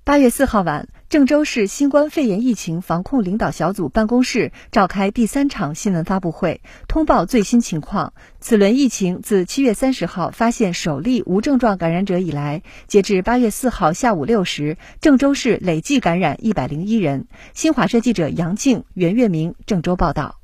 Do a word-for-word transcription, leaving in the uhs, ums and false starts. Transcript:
八月四号晚，郑州市新冠肺炎疫情防控领导小组办公室召开第三场新闻发布会，通报最新情况。此轮疫情自七月三十号发现首例无症状感染者以来，截至八月四号下午六时，郑州市累计感染一百零一人。新华社记者杨静、袁月明郑州报道。